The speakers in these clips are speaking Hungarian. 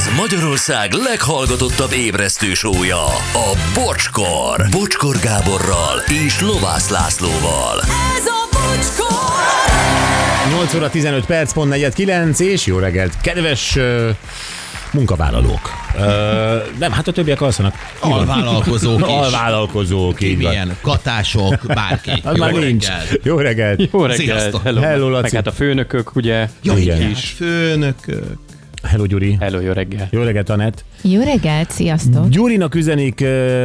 Ez Magyarország leghallgatottabb ébresztő show-ja, a Bocskor. Bocskor Gáborral és Lovász Lászlóval. Ez a Bocskor! 8 óra 15 perc, pont 4:09, és jó reggelt, kedves munkavállalók. Nem, hát a többiek alszanak. Alvállalkozók is. Alvállalkozók, így van. Milyen katások, bárki. Az már nincs. Jó reggelt. Jó reggelt. Sziasztok. Hello, Laci. Meg hát a főnökök, ugye? Igen. Hát főnökök. Hello, Gyuri. Hello, jó reggel. Jó reggelt, Anett. Jó reggelt, sziasztok! Gyurinak üzenik,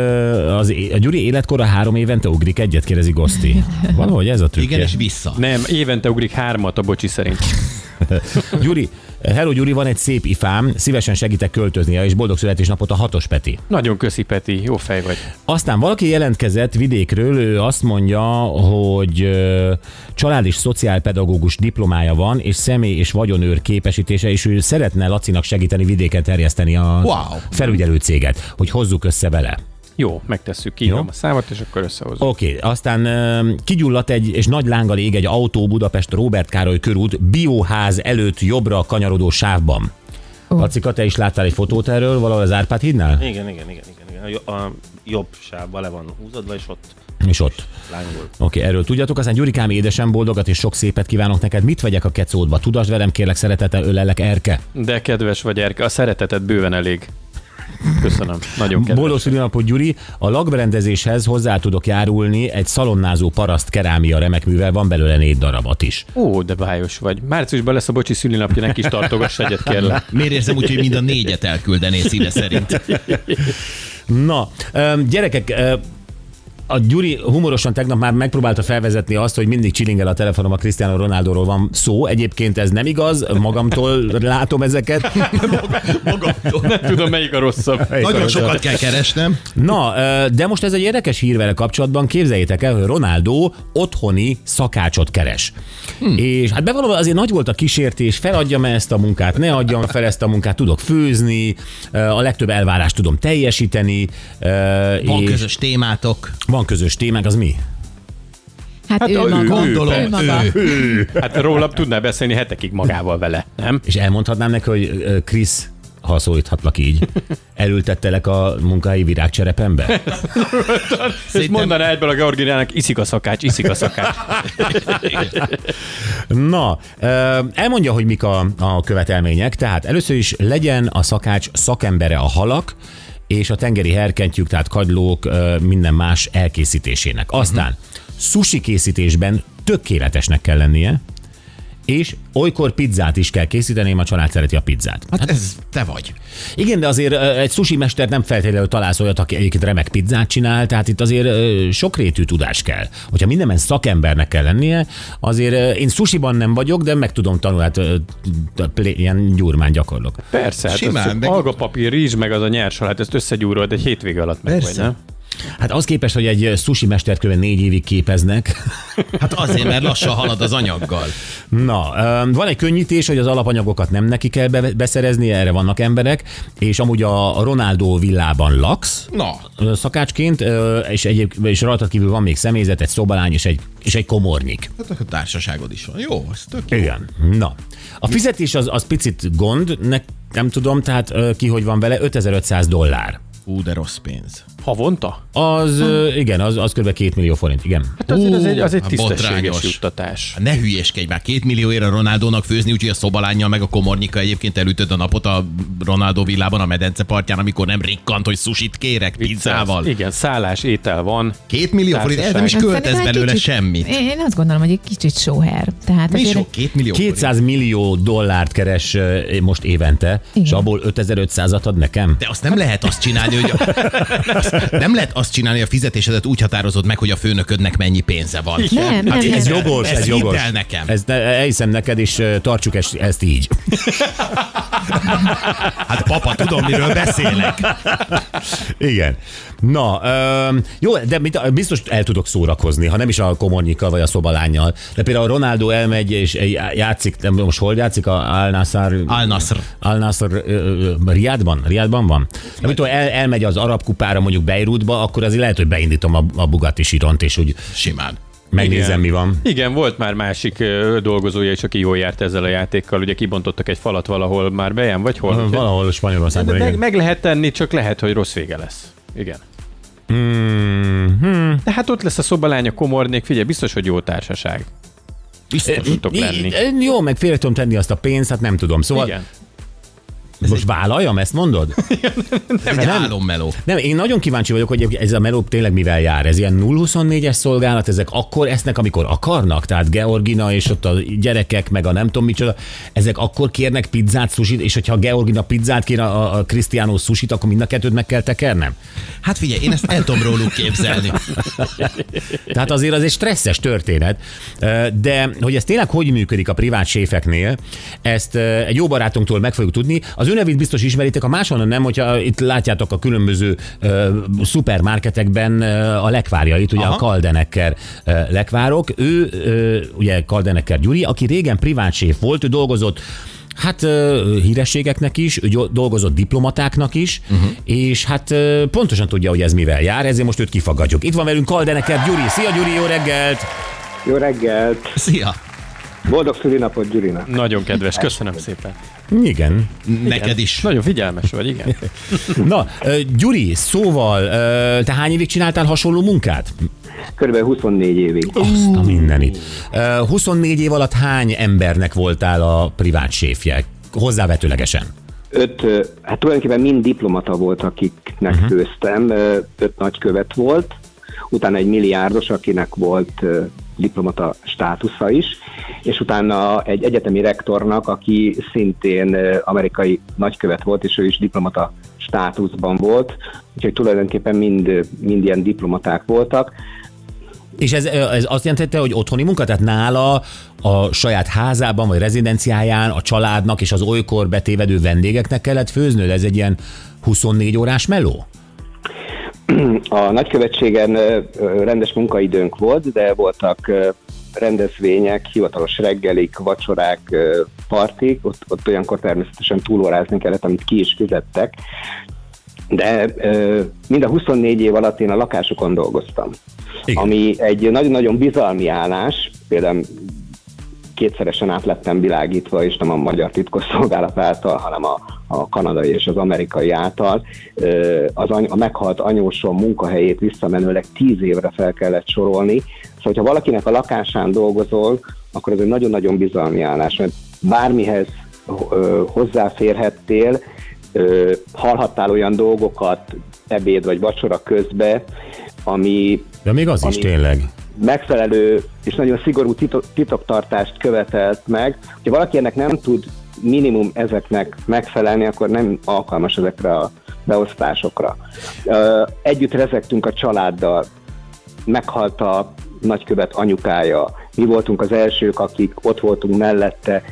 a Gyuri életkora 3 évente ugrik egyet, kérdezi Goszti. Valahogy ez a trükkje. Igen, és vissza. Nem, évente ugrik 3-at a bocsi szerint. Gyuri, hello Gyuri, van egy szép ifám, szívesen segítek költöznie, és boldog születésnapot a 6-os Peti. Nagyon köszi, Peti, jó fej vagy. Aztán valaki jelentkezett vidékről, ő azt mondja, hogy család- és szociálpedagógus diplomája van, és személy- és vagyonőr képesítése, és ő szeretne Lacinak segíteni vidéken terjeszteni a felügyelő céget, hogy hozzuk össze vele. Jó, megtesszük, kírom a számot, és akkor összehozunk. Oké, aztán kigyulladt és nagy lánggal ég egy autó Budapest Róbert Károly körút bioház előtt jobbra kanyarodó sávban. Lacika, te is láttál egy fotót erről valahol az Árpád hídnál? Igen. A jobb sávba le van húzódva, és ott És ott. lángol. Oké, erről tudjatok. Aztán Gyurikám, édesem, boldogat és sok szépet kívánok neked. Mit vegyek a kecódba? Tudasd velem, kérlek, szeretettel ölellek, Erke. De kedves vagy, Erke, a szereteted bőven elég. Köszönöm, nagyon kedves. Boldog szülinapot, Gyuri. A lakberendezéshez hozzá tudok járulni egy szalonnázó paraszt kerámia remekművel, van belőle 4 darabot is. Ó, de bájos vagy. Márciusban lesz a bocsi szülinapja, neki is tartogass egyet, kérlek. Miért érzem úgy, hogy mind a 4-et elküldenél szíve szerint? Na, gyerekek, a Gyuri humorosan tegnap már megpróbálta felvezetni azt, hogy mindig csilingel a telefonom, a Cristiano Ronaldóról van szó. Egyébként ez nem igaz, magamtól látom ezeket. Magamtól. Nem tudom, melyik a rosszabb. Nagyon sokat kell keresnem. Na, de most ez egy érdekes hír vele kapcsolatban. Képzeljétek el, hogy Ronaldo otthoni szakácsot keres. És hát bevallom, azért nagy volt a kísértés, feladjam ezt a munkát, ne adjam fel ezt a munkát, tudok főzni, a legtöbb elvárást tudom teljesíteni. Van és közös témátok. van közös témák, az mi? Hát ő maga. Gondolom, Ő maga. Hát róla tudnál beszélni hetekig magával vele, nem? És elmondhatnám neki, hogy Krisz, ha szólíthatlak így, elültettelek a munkahelyi virágcserepembe? És mondaná egyből a Georginának, iszik a szakács. Na, elmondja, hogy mik a követelmények. Tehát először is legyen a szakács szakembere a halak, és a tengeri herkentyűk, tehát kagylók, minden más elkészítésének. Aztán sushi készítésben tökéletesnek kell lennie, és olykor pizzát is kell készíteni, a család szereti a pizzát. Hát ez te vagy. Igen, de azért egy sushi mester nem feltétlenül találsz olyat, aki egyébként remek pizzát csinál, tehát itt azért sokrétű tudás kell. Hogyha mindenben szakembernek kell lennie, azért én sushiban nem vagyok, de meg tudom tanulni, hát ilyen gyurmán gyakorlok. Persze, hát Simán, az algapapír, rizs, meg az a nyers, hát ezt összegyúrod egy hétvége alatt meg vagy, nem? Hát az képest, hogy egy sushi mestert kb. 4 évig képeznek. Hát azért, mert lassan halad az anyaggal. Na, van egy könnyítés, hogy az alapanyagokat nem neki kell beszerezni, erre vannak emberek, és amúgy a Ronaldo villában laksz, Na. szakácsként, és rajtad kívül van még személyzet, egy szobalány és egy komornyik. Hát a társaságod is van. Jó, ez tök jó. Igen. Na, a fizetés az picit gond, nem tudom, tehát ki hogy van vele, $5500. De rossz pénz. Havonta? Az, igen, az kb. 2 millió forint, igen. Hát azért az egy hát tisztességes botrányos. juttatás. Ne hülyeskedj már, 2 millióért a Ronaldónak főzni, úgyhogy a szobalánnyal meg a komornyika egyébként elütöd a napot a Ronaldo villában a medence partján, amikor nem rikkant, hogy sushit kérek pizzával. Igen, szállás, étel van. 2 millió forint, ez nem is költesz Szerintem egy belőle kicsit- semmit. Én azt gondolom, hogy egy kicsit sóher. Tehát Mi azért sok? 2 millió 200 millió dollárt keres most évente, Igen. és abból 5500-at ad nekem. De azt nem lehet azt csinálni, hogy nem lehet azt csinálni, hogy a fizetésedet úgy határozod meg, hogy a főnöködnek mennyi pénze van. Nem, Hát nem, ez nem. jogos, ez hidd jogos. el nekem. Elhiszem neked, és tartsuk ezt így. Hát papa, tudom, miről beszélek. Igen. Na, jó, de biztos el tudok szórakozni, ha nem is a komornyikkal vagy a szobalánnyal. De például Ronaldo elmegy és játszik, nem most hol játszik? Al-Nassr Riadban van? De mit tudom, elmegy az arab kupára mondjuk Beirutba, akkor azért lehet, hogy beindítom a Bugatti Chiront, és úgy Simán. Megnézem, mi van. Igen, volt már másik dolgozója is, aki jól járt ezzel a játékkal. Ugye kibontottak egy falat valahol már bejen, vagy hol? Valahol Spanyolországban, igen. Meg lehet tenni, csak lehet, hogy rossz vége lesz. Igen. De hát ott lesz a szobalány, a komornék, figyelj, biztos, hogy jó társaság. Biztos tudtok lenni. Jó, meg félre tudom tenni azt a pénzt, hát nem tudom. Szóval Igen. most vállaljam, ezt mondod? Nem egy álommeló. Nem, én nagyon kíváncsi vagyok, hogy ez a meló tényleg mivel jár. Ez ilyen 0-24-es szolgálat, ezek akkor esznek, amikor akarnak? Tehát Georgina és ott a gyerekek, meg a nem tudom micsoda, ezek akkor kérnek pizzát, sushit, és hogyha Georgina pizzát kér, a Cristiano sushit, akkor mind a kettőt meg kell tekernem? Hát figyelj, én ezt el tudom róluk képzelni. Tehát azért az egy stresszes történet, de hogy ez tényleg hogy működik a privát séfeknél, ezt egy jó barátunktól meg fogjuk tudni. Az ő nevét biztos ismeritek, a máshonnan nem, hogyha itt látjátok a különböző szupermarketekben a lekvárjait, ugye a Kaldenecker lekvárok. Ő ugye Kaldenecker Gyuri, aki régen privát séf volt, ő dolgozott hát hírességeknek is, ő dolgozott diplomatáknak is, és hát pontosan tudja, hogy ez mivel jár, ezért most őt kifaggatjuk. Itt van velünk Kaldenecker Gyuri. Szia Gyuri, jó reggelt! Jó reggelt! Szia! Boldog szülinapot Gyurinak! Nagyon kedves, köszönöm szépen. Igen. Neked is. Nagyon figyelmes vagy, igen. Na, Gyuri, szóval, te hány évig csináltál hasonló munkát? Körülbelül 24 évig. Azt a mindenit. 24 év alatt hány embernek voltál a privát séfje? Hozzávetőlegesen. 5, hát tulajdonképpen mind diplomata volt, akiknek főztem. 5 nagykövet volt, utána egy milliárdos, akinek volt diplomata státusza is, és utána egy egyetemi rektornak, aki szintén amerikai nagykövet volt, és ő is diplomata státuszban volt, úgyhogy tulajdonképpen mind ilyen diplomaták voltak. És ez azt jelentette, hogy otthoni munka? Tehát nála a saját házában, vagy rezidenciáján a családnak és az olykor betévedő vendégeknek kellett főznöd? Ez egy ilyen 24 órás meló? A nagykövetségen rendes munkaidőnk volt, de voltak rendezvények, hivatalos reggelik, vacsorák, partik, ott olyankor természetesen túlórázni kellett, amit ki is fizettek, de mind a 24 év alatt én a lakásokon dolgoztam. Igen. Ami egy nagyon-nagyon bizalmi állás, például kétszeresen át lettem világítva, és nem a magyar titkosszolgálat által, hanem a kanadai és az amerikai által. A meghalt anyósom munkahelyét visszamenőleg 10 évre fel kellett sorolni. Szóval, hogyha valakinek a lakásán dolgozol, akkor ez egy nagyon-nagyon bizalmi állás, mert bármihez hozzáférhettél, hallhattál olyan dolgokat ebéd vagy vacsora közbe, ami... De még az is tényleg. Megfelelő és nagyon szigorú titoktartást követelt meg. Ha valaki ennek nem tud minimum ezeknek megfelelni, akkor nem alkalmas ezekre a beosztásokra. Együtt rezegtünk a családdal, meghalt a nagykövet anyukája, mi voltunk az elsők, akik ott voltunk mellette,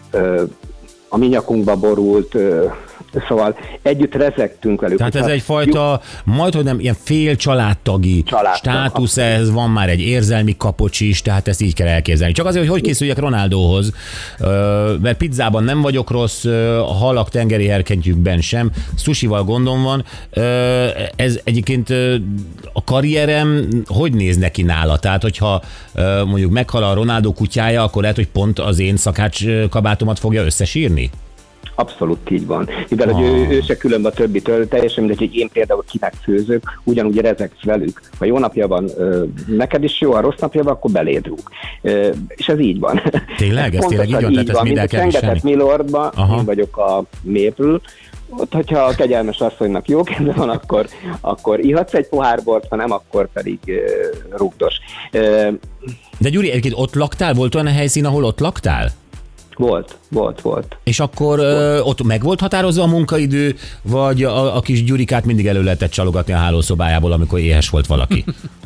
a mi nyakunkba borult, szóval együtt rezegtünk velük. Tehát ez egyfajta, majdhogy nem ilyen fél családtagi státusz, ez van már egy érzelmi kapocs is, tehát ezt így kell elképzelni. Csak azért, hogy készüljek Ronaldóhoz, mert pizzában nem vagyok rossz, a halak tengeri herkentjükben sem, sushival gondom van. Ez egyébként a karrierem hogy néz neki nála? Tehát, hogyha mondjuk meghal a Ronaldo kutyája, akkor lehet, hogy pont az én szakács kabátomat fogja összesírni? Abszolút így van. Mivel hogy ő se különb a többitől, teljesen mindegy, hogy én például kinek főzök, ugyanúgy rezegsz velük. Ha jó napja van, neked is jó, a rossz napja van, akkor beléd rúg. És ez így van. Tényleg? Ez tényleg így van? Tehát ezt mind el kell viselni? Milordban, én vagyok a Maple, ott, hogyha a kegyelmes asszonynak jó kedve van, akkor ihatsz egy pohár bort, ha nem, akkor pedig rúgdos. De Gyuri, egyébként ott laktál? Volt olyan a helyszín, ahol ott laktál? Volt. És akkor ott meg volt határozva a munkaidő, vagy a kis Gyurikát mindig elő lehetett csalogatni a hálószobájából, amikor éhes volt valaki?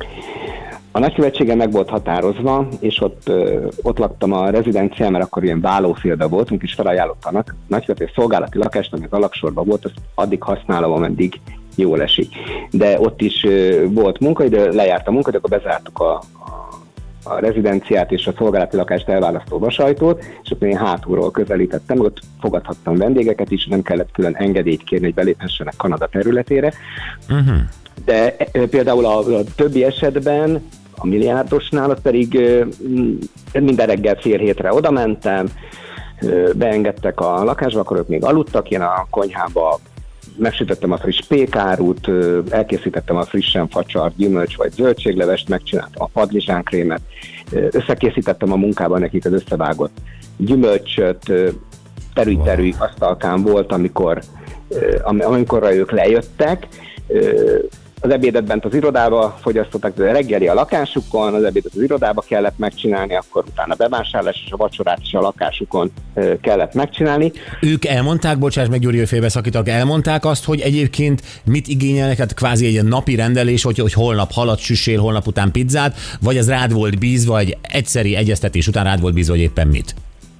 A nagykövetségen meg volt határozva, és ott laktam a rezidencián, mert akkor ilyen vállófélbe voltunk, és felajánlottam a nagykövet szolgálati lakást, ami az alaksorban volt, azt addig használom, ameddig jól esik. De ott is volt munkaidő, lejárt a munkaidő, akkor bezártuk a rezidenciát és a szolgálati lakást elválasztó vasajtót, és akkor én hátulról közelítettem, ott fogadhattam vendégeket is, nem kellett külön engedélyt kérni, hogy beléphessenek Kanada területére. De például a többi esetben a milliárdosnál, ott pedig minden reggel fél hétre oda mentem, beengedtek a lakásba, akkor ők még aludtak, én a konyhába megsütöttem a friss pékárút, elkészítettem a frissen facsart, gyümölcs vagy zöldséglevest, megcsináltam a padlizsánkrémet, összekészítettem a munkában nekik az összevágott gyümölcsöt, terű asztalkán volt, amikor ők lejöttek, az ebédet bent az irodába fogyasztottak, de reggeli a lakásukon, az ebédet az irodába kellett megcsinálni, akkor utána bevásárlás és a vacsorát is a lakásukon kellett megcsinálni. Ők elmondták, bocsáss meg Gyuri, hogy félbeszakítak, elmondták azt, hogy egyébként mit igényelnek, hát kvázi egy ilyen napi rendelés, hogy holnap halat süssél, holnap után pizzát, vagy az rád volt bízva, egy egyszeri egyeztetés után rád volt bízva, hogy éppen mit?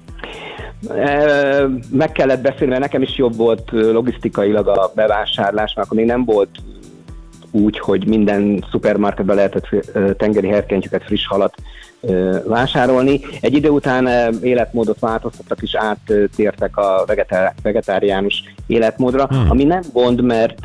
Meg kellett beszélni, mert nekem is jobb volt logisztikailag a bevásárlás, mert akkor még nem volt úgy, hogy minden szupermarketben lehetett tengeri herkentyűket, friss halat vásárolni. Egy idő után életmódot változtattak, és áttértek a vegetáriánus életmódra, ami nem gond, mert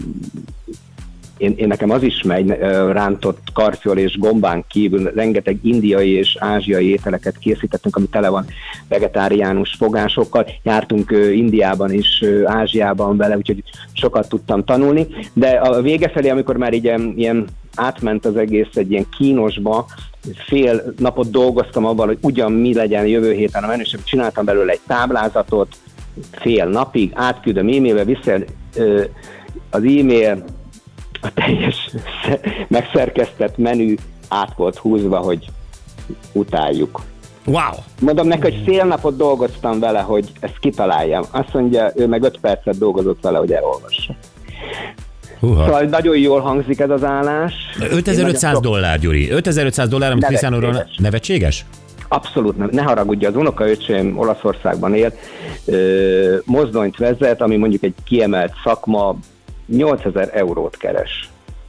én nekem az is megy, rántott karfiol és gombán kívül rengeteg indiai és ázsiai ételeket készítettünk, ami tele van vegetáriánus fogásokkal. Jártunk Indiában és Ázsiában vele, úgyhogy sokat tudtam tanulni. De a vége felé, amikor már ilyen átment az egész egy ilyen kínosba, fél napot dolgoztam abban, hogy ugyan mi legyen jövő héten a menü, és csináltam belőle egy táblázatot, fél napig, átküldöm e-mailbe, vissza az e-mail, a teljes megszerkesztett menü át volt húzva, hogy utáljuk. Wow! Mondom neki, hogy fél napot dolgoztam vele, hogy ezt kitaláljam. Azt mondja, ő meg 5 percet dolgozott vele, hogy elolvassa. Szóval nagyon jól hangzik ez az állás. $5500, Gyuri. $5500, amit Cristiano Ronaldo... Nevetséges? Abszolút nem. Ne haragudj, az unokaöcsém Olaszországban él, mozdonyt vezet, ami mondjuk egy kiemelt szakma, 8000 eurót keres.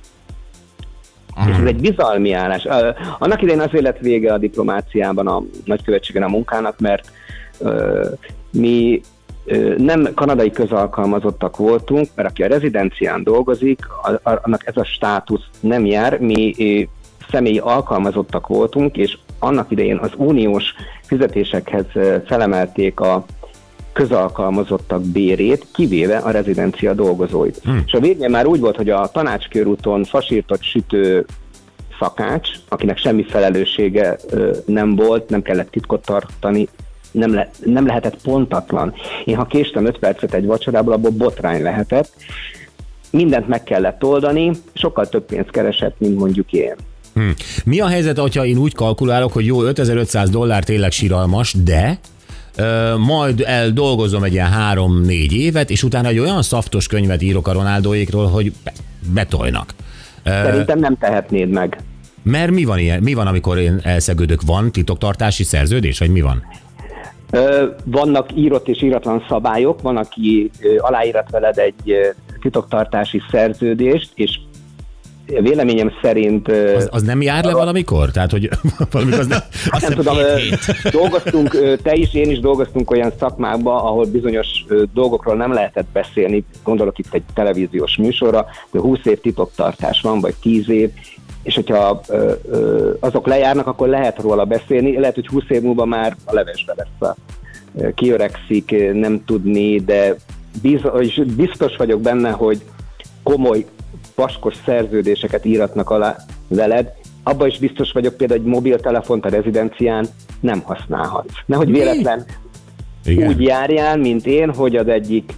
És ez egy bizalmi állás. Annak idején azért lett vége a diplomáciában, a nagykövetségen a munkának, mert mi nem kanadai közalkalmazottak voltunk, mert aki a rezidencián dolgozik, annak ez a státusz nem jár, mi személyi alkalmazottak voltunk, és annak idején az uniós fizetésekhez felemelték a közalkalmazottak bérét, kivéve a rezidencia dolgozóit. És a végén már úgy volt, hogy a Tanácskörúton fasírtott sütő szakács, akinek semmi felelőssége nem volt, nem kellett titkot tartani, nem lehetett pontatlan. Én ha késtem 5 percet egy vacsorából, abból botrány lehetett. Mindent meg kellett oldani, sokkal több pénzt keresett, mint mondjuk én. Mi a helyzet, hogyha én úgy kalkulálok, hogy jó, $5500 tényleg siralmas, de majd eldolgozom egy ilyen 3-4 évet, és utána egy olyan szaftos könyvet írok a Ronaldóékról, hogy betolnak. Szerintem nem tehetnéd meg. Mert mi van, amikor én elszegődök? Van titoktartási szerződés, vagy mi van? Vannak írott és íratlan szabályok, van, aki aláírat veled egy titoktartási szerződést, és véleményem szerint... Az nem jár le valamikor? Tehát, hogy valamikor az nem... Azt nem tudom, dolgoztunk, te is, én is dolgoztunk olyan szakmákban, ahol bizonyos dolgokról nem lehetett beszélni, gondolok itt egy televíziós műsorra, de 20 év titoktartás van, vagy 10 év, és hogyha azok lejárnak, akkor lehet róla beszélni, lehet, hogy 20 év múlva már a levesbe lesz, kiöregszik, nem tudni, de biztos vagyok benne, hogy komoly vaskos szerződéseket íratnak alá veled, abban is biztos vagyok, például egy mobiltelefont a rezidencián nem használhatsz. Nehogy véletlen úgy járjál, mint én, hogy az egyik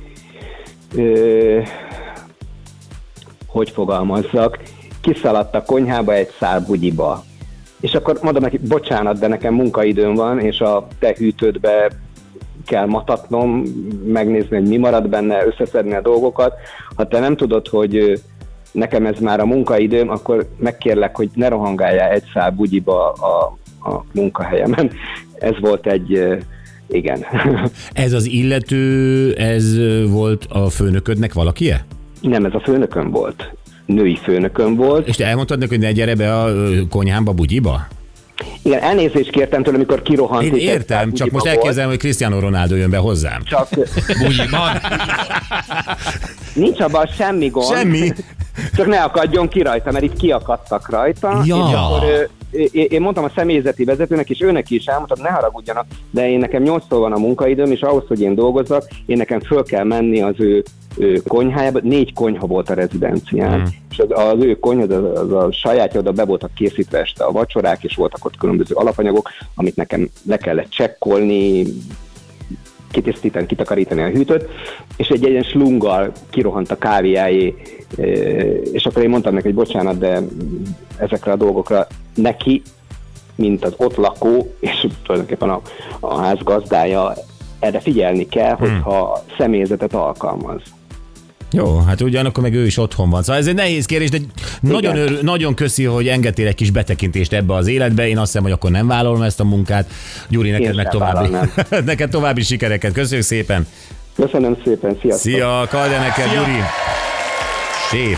hogy fogalmazzak, kiszaladt a konyhába egy szál bugyiba. És akkor mondom neki, bocsánat, de nekem munkaidőm van, és a te hűtődbe kell matatnom, megnézni, hogy mi marad benne, összeszedni a dolgokat. Ha te nem tudod, hogy nekem ez már a munkaidőm, akkor megkérlek, hogy ne rohangáljál egy szál bugyiba a munkahelyemen. Ez volt egy... igen. Ez az illető, ez volt a főnöködnek valakie? Nem, ez a főnököm volt. Női főnököm volt. És te elmondtad neki, hogy ne gyere be a konyhámba, bugyiba? Igen, elnézést kértem tőle, amikor kirohant. Én értem, csak most elképzelem, hogy Cristiano Ronaldo jön be hozzám. Csak... Bugyiban? Nincs abban semmi gond. Semmi. Csak ne akadjon ki rajta, mert itt kiakadtak rajta. Ja. És akkor én mondtam a személyzeti vezetőnek, és őnek is elmondtam, ne haragudjanak, de én nekem 8-tól van a munkaidőm, és ahhoz, hogy én dolgozzak, én nekem föl kell menni az ő konyhájába. 4 konyha volt a rezidencián, és az ő konyha, az a sajátja, oda be voltak készítve este a vacsorák, és voltak ott különböző alapanyagok, amit nekem le kellett csekkolni, kitisztítani, kitakarítani a hűtőt, és egy ilyen slunggal kirohant a kávéjáé, és akkor én mondtam neki, hogy bocsánat, de ezekre a dolgokra neki, mint az ott lakó, és tulajdonképpen a ház gazdája, erre figyelni kell, hogyha személyzetet alkalmaz. Jó, hát ugyanakkor meg ő is otthon van. Szóval ez egy nehéz kérdés, de nagyon köszi, hogy engedtél egy kis betekintést ebbe az életbe. Én azt hiszem, hogy akkor nem vállalom ezt a munkát. Gyuri, neked meg neked további sikereket. Köszönjük szépen. Köszönöm szépen, sziasztok. Szia, Kalde neked, Gyuri. Séf.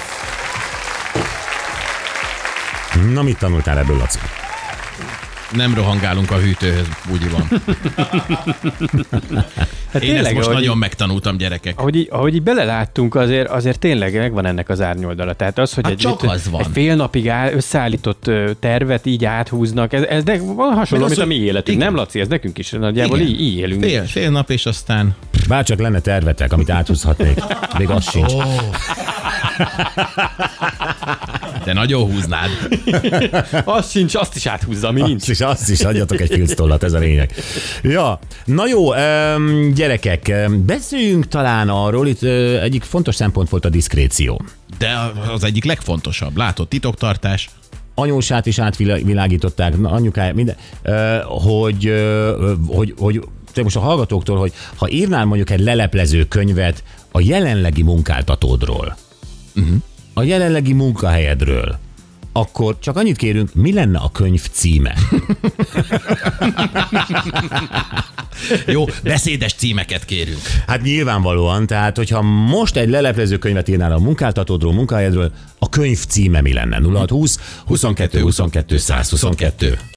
Na, mit tanultál ebből, Laci? Nem rohangálunk a hűtőhöz, úgy van. Hát Én ezt most nagyon megtanultam, gyerekek. Ahogy így beleláttunk, azért tényleg megvan ennek az árnyoldala. Tehát az, hogy Hát csak az van. egy fél napig összeállított tervet így áthúznak, ez hasonló, az, mint a mi hogy- életünk. igen. Nem, Laci? Ez nekünk is nagyjából Igen. így élünk. Fél nap, és aztán... Bárcsak lenne tervetek, amit áthúzhatnék. Még az sincs. De nagyon húznád. Az sincs, azt is áthúzza, ami nincs. Azt is adjatok egy filctollat, ez a lényeg. Ja, na jó, gyerekek, beszéljünk talán arról, itt egyik fontos szempont volt a diszkréció. De az egyik legfontosabb. Látod, titoktartás. Anyósát is átvilágították, anyukáját, minden, hogy te most a hallgatóktól, hogy ha írnál mondjuk egy leleplező könyvet a jelenlegi munkáltatódról, a jelenlegi munkahelyedről, akkor csak annyit kérünk, mi lenne a könyv címe? Jó, beszédes címeket kérünk. Hát nyilvánvalóan, tehát hogyha most egy leleplező könyvet írnál a munkáltatódról, munkahelyedről, a könyv címe mi lenne? 0620 22 22 122.